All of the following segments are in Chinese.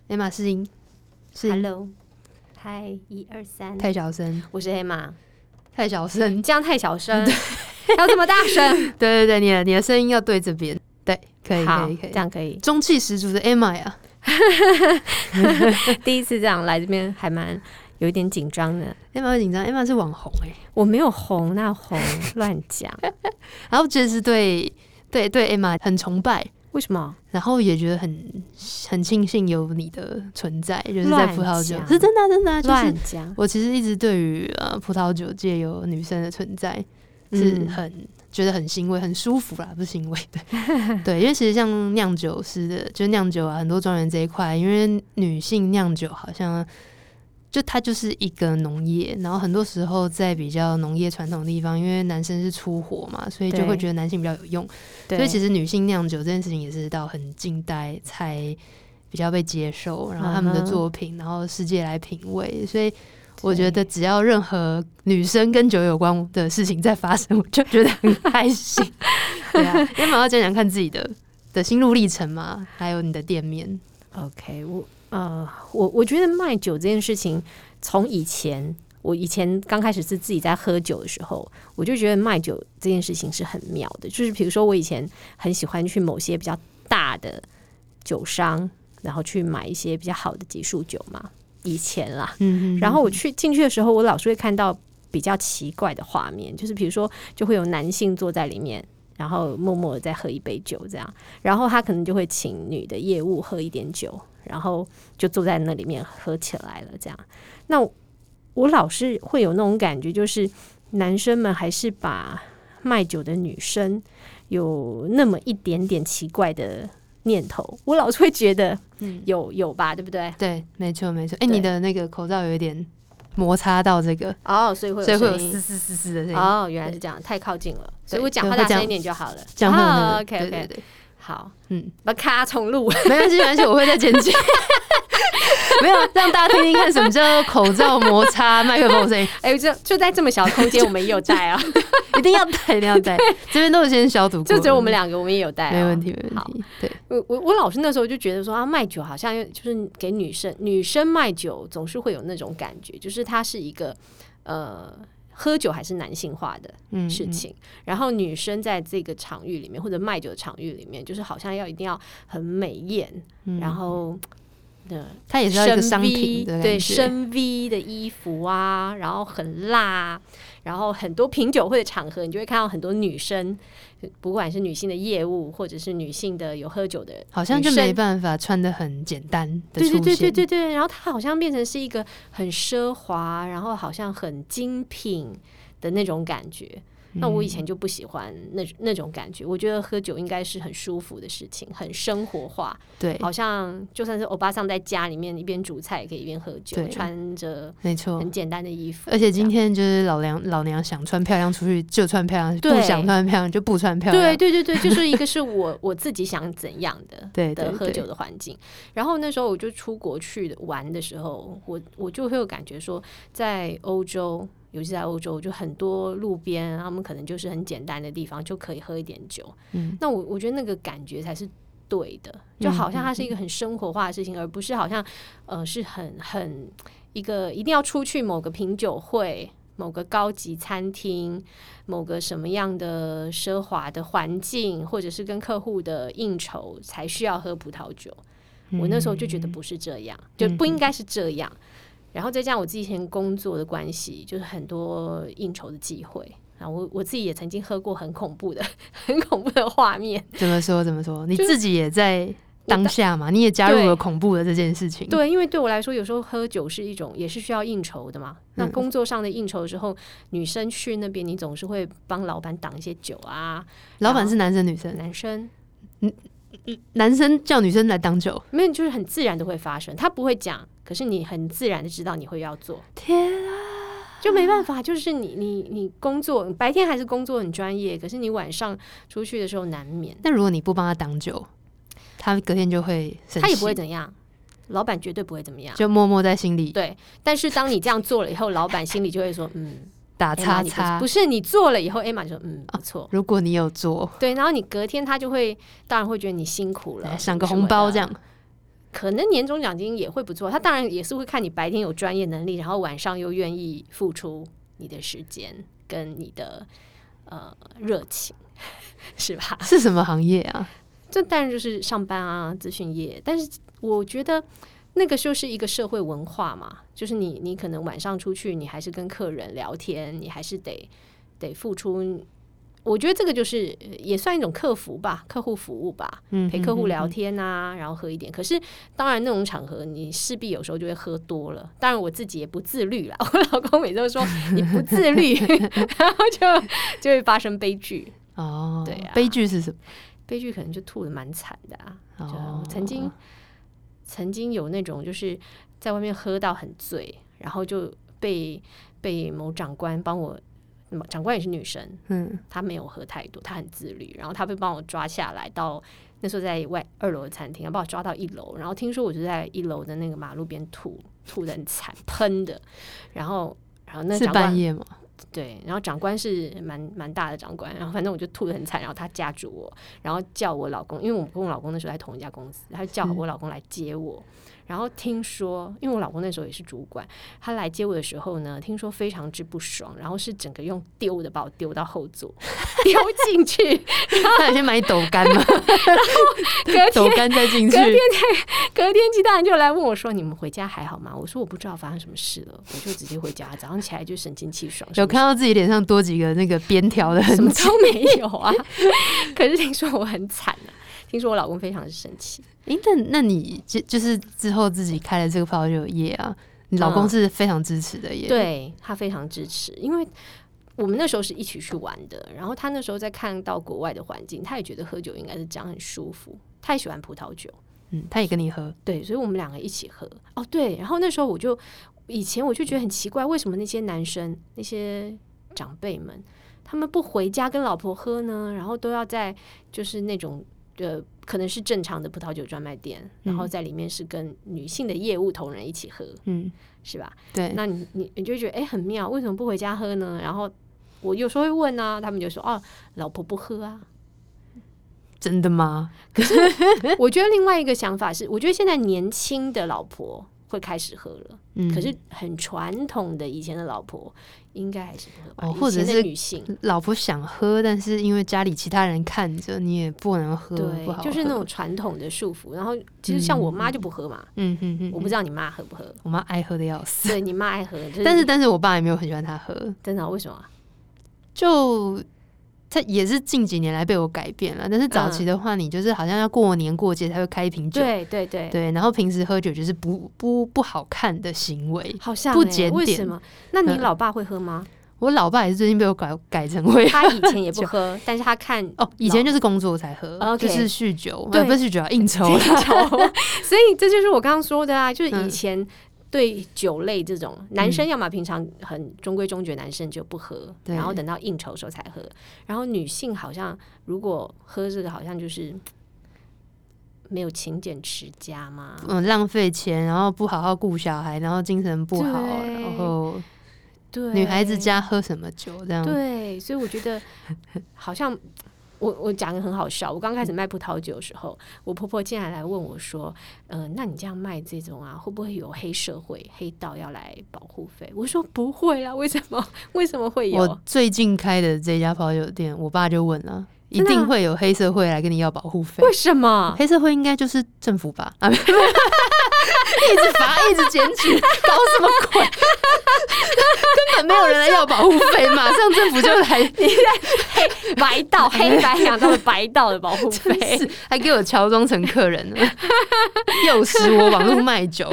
Emma 试音 ，Hello， 嗨，1、2、3， 太小声， 我是 Emma， 太小声， 这样太小声，要这么大声？ 对对对，你的声音要对这边，对，可以可以可以， 这样可以， 中气十足的 Emma 呀， 第一次这样来这边还蛮有一点紧张的。 Emma 会紧张 ，Emma 是网红我没有红，那红乱讲。 然后就是对 Emma 很崇拜。 为什么？ 然后也觉得很庆幸有你的存在，就是在葡萄酒是真的真的， 乱讲。 就是我其实一直对于葡萄酒界有女生的存在是觉得很欣慰、很舒服啦，不是欣慰的。对，因为其实像酿酒师的，就是酿酒啊，很多庄园这一块，因为女性酿酒好像就它就是一个农业，然后很多时候在比较农业传统的地方，因为男生是出活嘛，所以就会觉得男性比较有用，所以其实女性酿酒这件事情也是到很近代才比较被接受，然后他们的作品，然后世界来品味，所以我觉得只要任何女生跟酒有关的事情在发生，我就觉得很开心。对啊，因为要讲讲看自己的心路历程嘛，还有你的店面。 OK， 我觉得卖酒这件事情，从我以前刚开始是自己在喝酒的时候，我就觉得卖酒这件事情是很妙的。就是比如说，我以前很喜欢去某些比较大的酒商，然后去买一些比较好的级数酒嘛。以前啦，然后我进去的时候，我老是会看到比较奇怪的画面，就是比如说，就会有男性坐在里面，然后默默的在喝一杯酒这样，然后他可能就会请女的业务喝一点酒，然后就坐在那里面喝起来了这样。那我老是会有那种感觉，就是男生们还是把卖酒的女生有那么一点点奇怪的念头，我老是会觉得有吧，对不对？ 对，没错没错。你的那个口罩有一点摩擦到这个所以会有嘶嘶嘶嘶的声音。原来是这样，太靠近了，所以我讲话大声一点就好了。 这样 OK OK， 对对， 好，把咔重录， 没关系没关系，我会再剪辑。没有让大家听听看什么叫做口罩摩擦麦克风声音。 就在这么小的空间，我们也有带啊， 一定要带，一定要带。这边都是先消毒过， 就只有我们两个，我们也有带， 没问题，没问题。对， 我老师那时候就觉得说卖酒好像就是给女生卖酒，总是会有那种感觉，就是它是一个喝酒还是男性化的事情，然后女生在这个场域里面或者卖酒的场域里面，就是好像一定要很美艳，然后它也是要一个商品的感觉， 对，深 V 的衣服啊，然后很辣，然后很多品酒会的场合，你就会看到很多女生，不管是女性的业务或者是女性的有喝酒的， 好像就没办法穿得很简单的出现， 对，然后它好像变成是一个很奢华，然后好像很精品的那种感觉。那我以前就不喜欢那种感觉，我觉得喝酒应该是很舒服的事情，很生活化。 对， 好像就算是欧巴桑在家里面一边煮菜，也可以一边喝酒，穿着没错很简单的衣服。 而且今天就是老娘想穿漂亮出去就穿漂亮，不想穿漂亮就不穿漂亮。 对，就是一个是我自己想怎样的喝酒的环境。然后那时候我就出国去玩的时候，我就会有感觉说，在欧洲。尤其在欧洲，就很多路边，他们可能就是很简单的地方就可以喝一点酒。那我觉得那个感觉才是对的，就好像它是一个很生活化的事情，而不是好像是很一个一定要出去某个品酒会、某个高级餐厅、某个什么样的奢华的环境，或者是跟客户的应酬才需要喝葡萄酒。我那时候就觉得不是这样，就不应该是这样。然后再加上我自己以前工作的关系，就是很多应酬的机会，然后我自己也曾经喝过很恐怖的画面。 怎么说？你自己也在当下嘛？你也加入了恐怖的这件事情。 对，因为对我来说，有时候喝酒是一种也是需要应酬的嘛。那工作上的应酬的时候，女生去那边，你总是会帮老板挡一些酒啊。 老板是男生女生？ 男生。 男生叫女生来挡酒， 没有，就是很自然的会发生，他不会讲，可是你很自然的知道你会要做。 天啊， 就没办法，就是你工作白天还是工作很专业，可是你晚上出去的时候难免。 那如果你不帮他挡酒，他隔天就会生气， 他也不会怎样，老板绝对不会怎么样， 就默默在心里。 对，但是当你这样做了以后，老板心里就会说打叉叉， 不是你做了以后 Emma 就说不错。 如果你有做， 对，然后你隔天他就会当然会觉得你辛苦了， 赏个红包这样。 可能年终奖金也会不错。他当然也是会看你白天有专业能力，然后晚上又愿意付出你的时间跟你的热情，是吧？ 是什么行业啊？ 这当然就是上班啊，资讯业。但是我觉得那个就是一个社会文化嘛，就是你可能晚上出去，你还是跟客人聊天，你还是得付出。我觉得这个就是也算一种客服吧，客户服务吧，陪客户聊天啊，然后喝一点。可是当然那种场合，你势必有时候就会喝多了。当然我自己也不自律啦，我老公每次都说你不自律，然后就会发生悲剧。 哦， 对啊， 悲剧是什么？ 悲剧可能就吐得蛮惨的啊。就曾经有那种就是在外面喝到很醉，然后就被某长官帮我。长官也是女生，她没有喝太多，她很自律，然后她被帮我抓下来，到那时候在2楼的餐厅，把我抓到1楼，然后听说我就在1楼的那个马路边吐得很惨，喷的，然后那长官是半夜吗？ 对，然后长官是蛮大的长官，然后反正我就吐得很惨，然后他架住我，然后叫我老公，因为我跟我老公那时候在同一家公司，他就叫我老公来接我。然后听说，因为我老公那时候也是主管，他来接我的时候呢，听说非常之不爽，然后是整个用丢的把我丢到后座，丢进去。 他有先买斗干吗？ 然后斗干再进去。 隔天其他人就来问我说：“你们回家还好吗？”我说：“我不知道发生什么事了，我就直接回家。早上起来就神清气爽。” 有看到自己脸上多几个那个边条的痕迹？ 什么都没有啊。可是听说我很惨啊。听说我老公非常的生气。 那你就是之后自己开了这个葡萄酒业啊，你老公是非常支持的耶。 对，他非常支持，因为我们那时候是一起去玩的，然后他那时候在看到国外的环境，他也觉得喝酒应该是这样很舒服，他也喜欢葡萄酒， 他也跟你喝。 对，所以我们2个一起喝。哦，对，然后那时候以前我就觉得很奇怪，为什么那些男生那些长辈们他们不回家跟老婆喝呢？然后都要在就是那种可能是正常的葡萄酒专卖店，然后在里面是跟女性的业务同仁一起喝，是吧？ 对， 那你就觉得很妙，为什么不回家喝呢？然后我有时候会问啊，他们就说老婆不喝啊。 真的吗？ 可是我觉得另外一个想法是，我觉得现在年轻的老婆会开始喝了，可是很传统的以前的老婆应该还是不喝吧？ 或者是女性老婆想喝，但是因为家里其他人看着，你也不能喝， 对， 不好喝， 就是那种传统的束缚。然后其实像我妈就不喝嘛，我不知道你妈喝不喝？ 我妈爱喝的要死， 对，你妈爱喝， 但是我爸也没有很喜欢她喝， 真的？为什么？ 就它也是近几年来被我改变了，但是早期的话，你就是好像要过年过节才会开一瓶酒，对，然后平时喝酒就是不好看的行为， 好像不检点。 为什么？那你老爸会喝吗？ 我老爸也是最近被我改成会， 他以前也不喝，但是他看以前就是工作才喝，就是酗酒，不是酗酒，应酬。 所以这就是我刚刚说的啊，就是以前。对酒类这种，男生要么平常很中规中矩，男生就不喝，然后等到应酬的时候才喝。然后女性好像如果喝这个，好像就是没有勤俭持家嘛， 浪费钱，然后不好好顾小孩，然后精神不好，然后对女孩子家喝什么酒这样？ 对，所以我觉得好像。我讲的很好笑，我刚开始卖葡萄酒的时候，我婆婆竟然来问我说那你这样卖这种啊，会不会有黑社会黑道要来保护费？我说不会啦，为什么会有？ 我最近开的这家葡萄酒店，我爸就问了，一定会有黑社会来跟你要保护费。 为什么？ 黑社会应该就是政府吧？一直罚，一直检举，搞什么鬼？根本没有人来要保护费，马上政府就来。 你在白道黑白两道的白道的保护费， 还给我乔装成客人了，诱使我网络卖酒。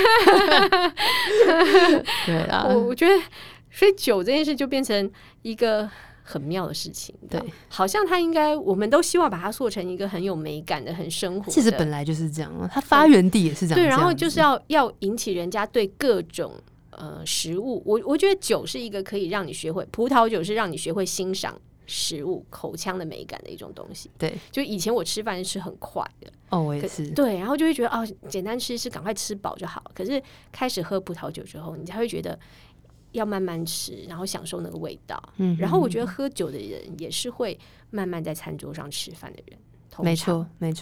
对啊， 我觉得，所以酒这件事就变成一个很妙的事情，对，好像它应该，我们都希望把它做成一个很有美感的、很生活的。 其实本来就是这样了，它发源地也是这样。 对，然后就是要引起人家对各种食物，我觉得酒是一个可以让你学会，葡萄酒是让你学会欣赏食物口腔的美感的一种东西。 对， 就以前我吃饭是吃很快的， 我也是。对， 然后就会觉得简单吃赶快吃饱就好。可是开始喝葡萄酒之后，你才会觉得。要慢慢吃，然后享受那个味道。然后我觉得喝酒的人也是会慢慢在餐桌上吃饭的人。 没错。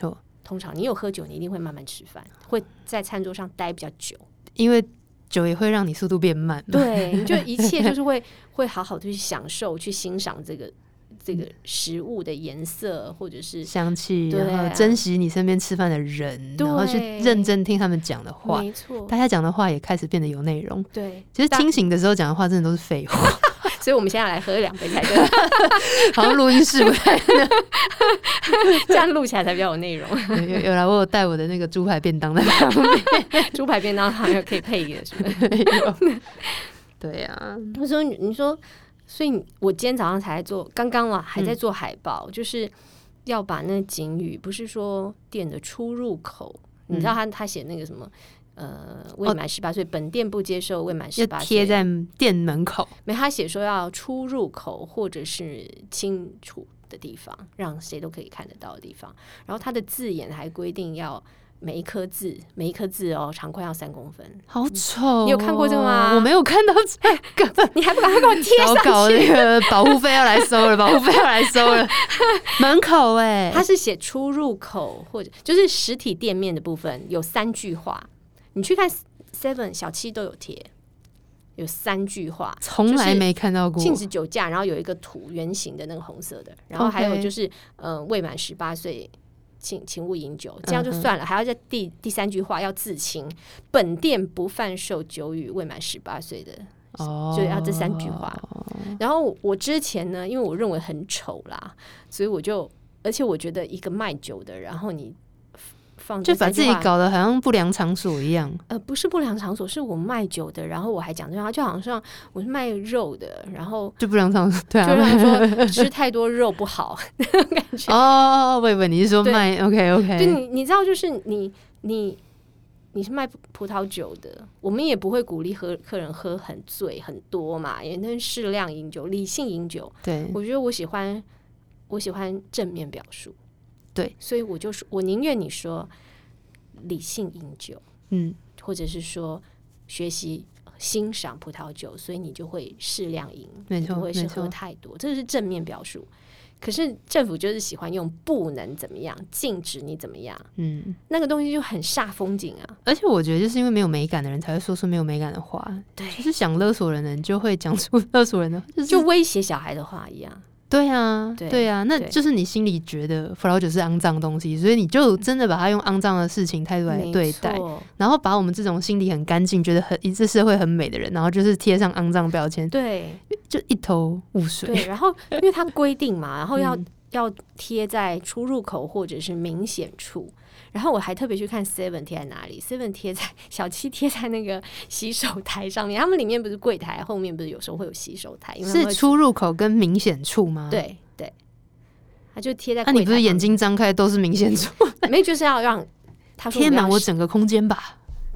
通常你有喝酒，你一定会慢慢吃饭，会在餐桌上待比较久， 因为酒也会让你速度变慢。 对，你就一切就是会好好的去享受、去欣赏这个食物的颜色或者是香气， 对啊， 然后珍惜你身边吃饭的人，然后去认真听他们讲的话。 没错， 大家讲的话也开始变得有内容。 对， 其实清醒的时候讲的话真的都是废话。 所以我们现在来喝2杯才对， 好像录音室不太这样录起来才比较有内容。 有啦，我有带我的那个猪排便当在旁边， 猪排便当好像可以配一个，是不是？ 对啊， 你说，所以我今天早上才做，刚刚还在做海报，就是要把那警语，不是说店的出入口，你知道他写那个什么？未满18岁，本店不接受未满18岁， 要贴在店门口。 没，他写说要出入口或者是清楚的地方，让谁都可以看得到的地方。然后他的字眼还规定要每一颗字哦，长宽要3公分。 好丑哦！ 你有看过这个吗？ 我没有看到这个， 你还不赶快给我贴上去？ 搞那个保护费要来收了，保护费要来收了。门口他是写出入口或者就是实体店面的部分有3句话。你去看 Seven 小七都有贴，有3句话， 从来没看到过。 禁止酒驾，然后有一个图圆形的那个红色的，然后还有就是未满18岁请勿饮酒，这样就算了，还要在第3句话要自清，本店不贩售酒予未满18岁的，就要这3句话。然后我之前呢，因为我认为很丑啦，所以而且我觉得一个卖酒的，然后你就把自己搞得好像不良场所一样。 不是不良场所，是我卖酒的，然后我还讲这样，就好像我是卖肉的，然后就不良场所，对啊， 就让说吃太多肉不好那种感觉。 我以为你是说卖 OK， 对，你知道，就是你是卖葡萄酒的，我们也不会鼓励客人喝很醉很多嘛，也能适量饮酒，理性饮酒。 对， 我觉得我喜欢正面表述。 对， 所以我宁愿你说理性饮酒，或者是说学习欣赏葡萄酒，所以你就会适量饮， 没错， 不会是喝太多，这是正面表述。可是政府就是喜欢用不能怎么样，禁止你怎么样，那个东西就很煞风景啊。 而且我觉得就是因为没有美感的人才会说出没有美感的话， 对， 就是想勒索人的人就会讲出勒索人的话， 就威胁小孩的话一样。 对啊，那就是你心里觉得葡萄酒是肮脏东西，所以你就真的把它用肮脏的事情态度来对待，然后把我们这种心里很干净、觉得这社会很美的人，然后就是贴上肮脏标签， 对， 就一头雾水。 对，然后因为它规定嘛，然后要贴在出入口或者是明显处。然后我还特别去看 Seven 贴在哪里 ，Seven 贴在小七贴在那个洗手台上面，他们里面不是柜台，后面不是有时候会有洗手台， 是出入口跟明显处吗？ 对，他就贴在柜台。 那你不是眼睛张开都是明显处？ 没，就是要让他说贴满我整个空间吧。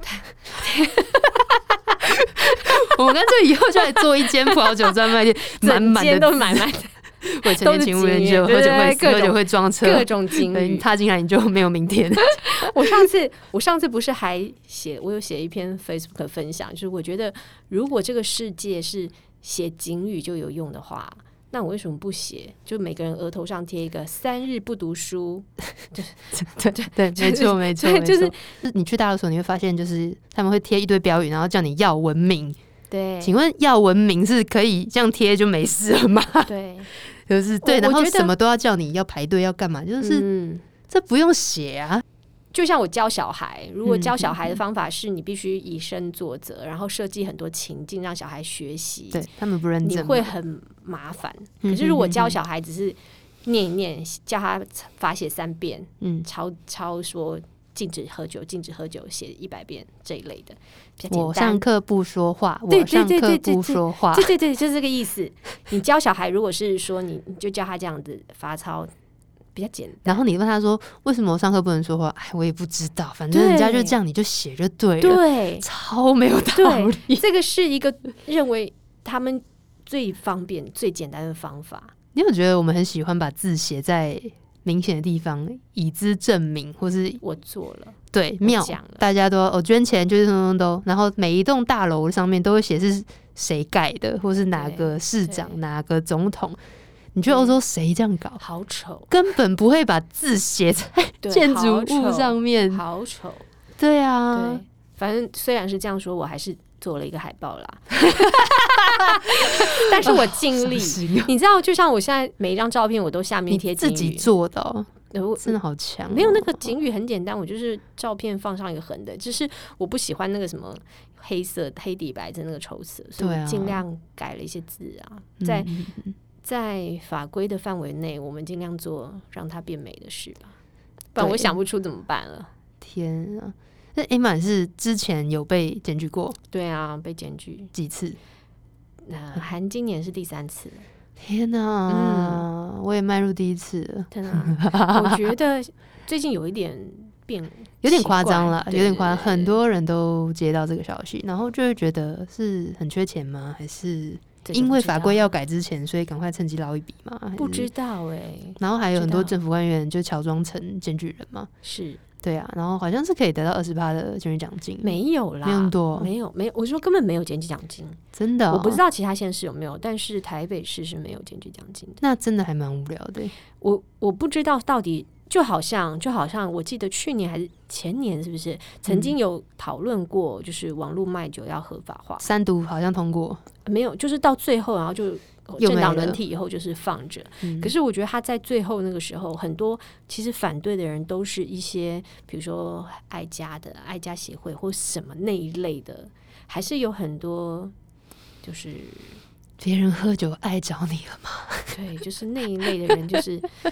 我们干脆以后就来做一间葡萄酒专卖店，满满的都满满的。 未成年请勿饮酒，喝酒会撞车， 各种警语， 你踏进来你就没有明天。 我上次不是还我有写一篇 Facebook 分享，就是我觉得如果这个世界是写警语就有用的话，那我为什么不写？就每个人额头上贴一个3日不读书。 对，没错，就是你去大陆的时候，你会发现就是他们会贴一堆标语，然后叫你要文明。 对， 请问要文明是可以这样贴就没事了吗？ 对， 就是对，然后什么都要叫你要排队要干嘛，就是这不用写啊。 就像我教小孩，如果教小孩的方法是你必须以身作则，然后设计很多情境让小孩学习， 对他们不认真， 你会很麻烦。可是如果教小孩只是念一念，叫他罚写3遍，抄说禁止喝酒，禁止喝酒，写100遍这一类的，比较简单。 我上课不说话，我上课不说话， 对，就是这个意思。你教小孩，如果是说你就教他这样子罚抄，比较简单。 然后你问他说为什么我上课不能说话？我也不知道，反正人家就这样，你就写就对了。对，超没有道理。 这个是一个认为他们最方便、最简单的方法。 你有觉得我们很喜欢把字写在明显的地方，以资证明，或是我做了， 对，妙，大家都捐钱，就是都，然后每一栋大楼上面都会写是谁盖的，或是哪个市长、哪个总统。 你觉得欧洲谁这样搞？ 好丑， 根本不会把字写在建筑物上面， 好丑。 对啊， 对，反正虽然是这样说，我还是做了一个海报啦。但是我尽力，你知道，就像我现在每一张照片，我都下面贴警语， 自己做的哦。真的好强， 没有那个警语很简单，我就是照片放上一个横的，只是我不喜欢那个什么黑色黑底白字那个丑色，所以我尽量改了一些字啊，在法规的范围内，我们尽量做让它变美的事吧，不然我想不出怎么办了。 天啊！那 Emma 是之前有被检举过？ 对啊，被检举几次？ 含今年是第3次了。 天哪，我也迈入第1次了。 真的，我觉得最近有一点有点夸张了，有点夸张。很多人都接到这个消息，然后就会觉得是很缺钱吗？还是因为法规要改之前，所以赶快趁机捞一笔吗？ 不知道然后还有很多政府官员就乔装成检举人嘛， 是。 对啊，然后好像是可以得到20%的检举奖金， 没有啦， 没有那么多， 没有，我说根本没有检举奖金， 真的， 我不知道其他县市有没有，但是台北市是没有检举奖金的。 那真的还蛮无聊的。 我不知道到底，就好像我记得去年还是前年，是不是曾经有讨论过，就是网络卖酒要合法化 ，3读好像通过， 没有，就是到最后，然后就政党轮替以后就是放着。可是我觉得他在最后那个时候，很多其实反对的人都是一些比如说爱家协会或什么那一类的，还是有很多就是别人喝酒爱找你了吗？ 对，就是那一类的人，就是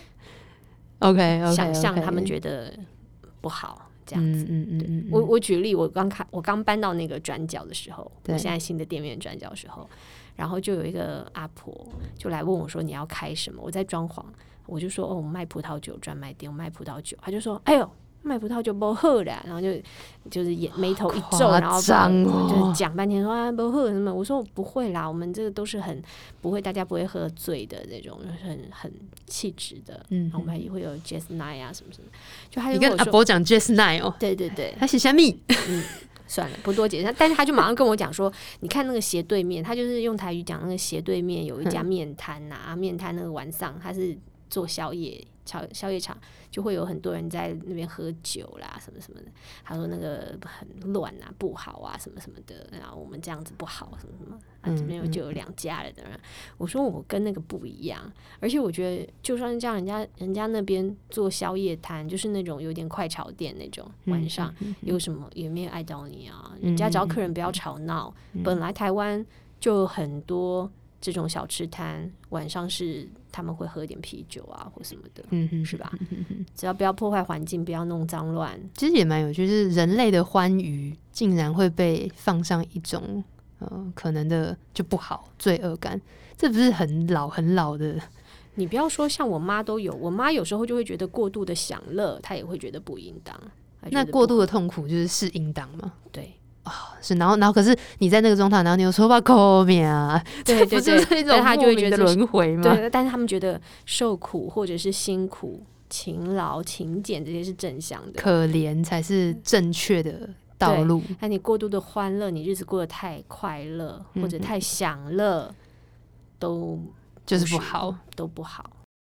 OK 想象他们觉得不好。这样子，我举例，我刚搬到那个转角的时候，我现在新的店面转角的时候，然后就有一个阿婆就来问我说你要开什么？我在装潢，我就说我卖葡萄酒专卖店，我卖葡萄酒。他就说哎呦，卖葡萄酒不好啦，然后就是眉头一皱，然后就讲半天说啊不好什么。我说我不会啦，我们这个都是很不会，大家不会喝醉的那种，很气质的。然后我们也会有 Jazz Night 啊什么什么。就他就你跟阿伯讲 Jazz Night 哦， 对对对， 他写虾米？ 算了，不多解释。但是他就马上跟我讲说，你看那个斜对面，他就是用台语讲那个斜对面有一家面摊呐，面摊那个晚上他是做宵夜场，就会有很多人在那边喝酒啦，什么什么的。他说那个很乱啊，不好啊，什么什么的。然后我们这样子不好，什么什么。这边就有2家了的人。我说我跟那个不一样，而且我觉得就算是这样，人家那边做宵夜摊，就是那种有点快炒店那种，晚上有什么也没有碍到你啊。人家只要客人不要吵闹。本来台湾就有很多这种小吃摊，晚上是他们会喝一点啤酒啊或什么的，是吧？只要不要破坏环境，不要弄脏乱。 其实也蛮有趣，就是人类的欢愉竟然会被放上一种可能的就不好罪恶感，这不是很老的？ 你不要说，像我妈都有，我妈有时候就会觉得过度的享乐，她也会觉得不应当。 那过度的痛苦就是应当吗？ 对。 是，然后可是你在那个状态，然后你又说把口面啊， 对对对， 不就是一种莫名的轮回吗？ 对，但是他们觉得受苦或者是辛苦、勤劳、勤俭这些是正向的， 可怜才是正确的道路。 那你过度的欢乐，你日子过得太快乐或者太享乐，都就是不好， 都不好。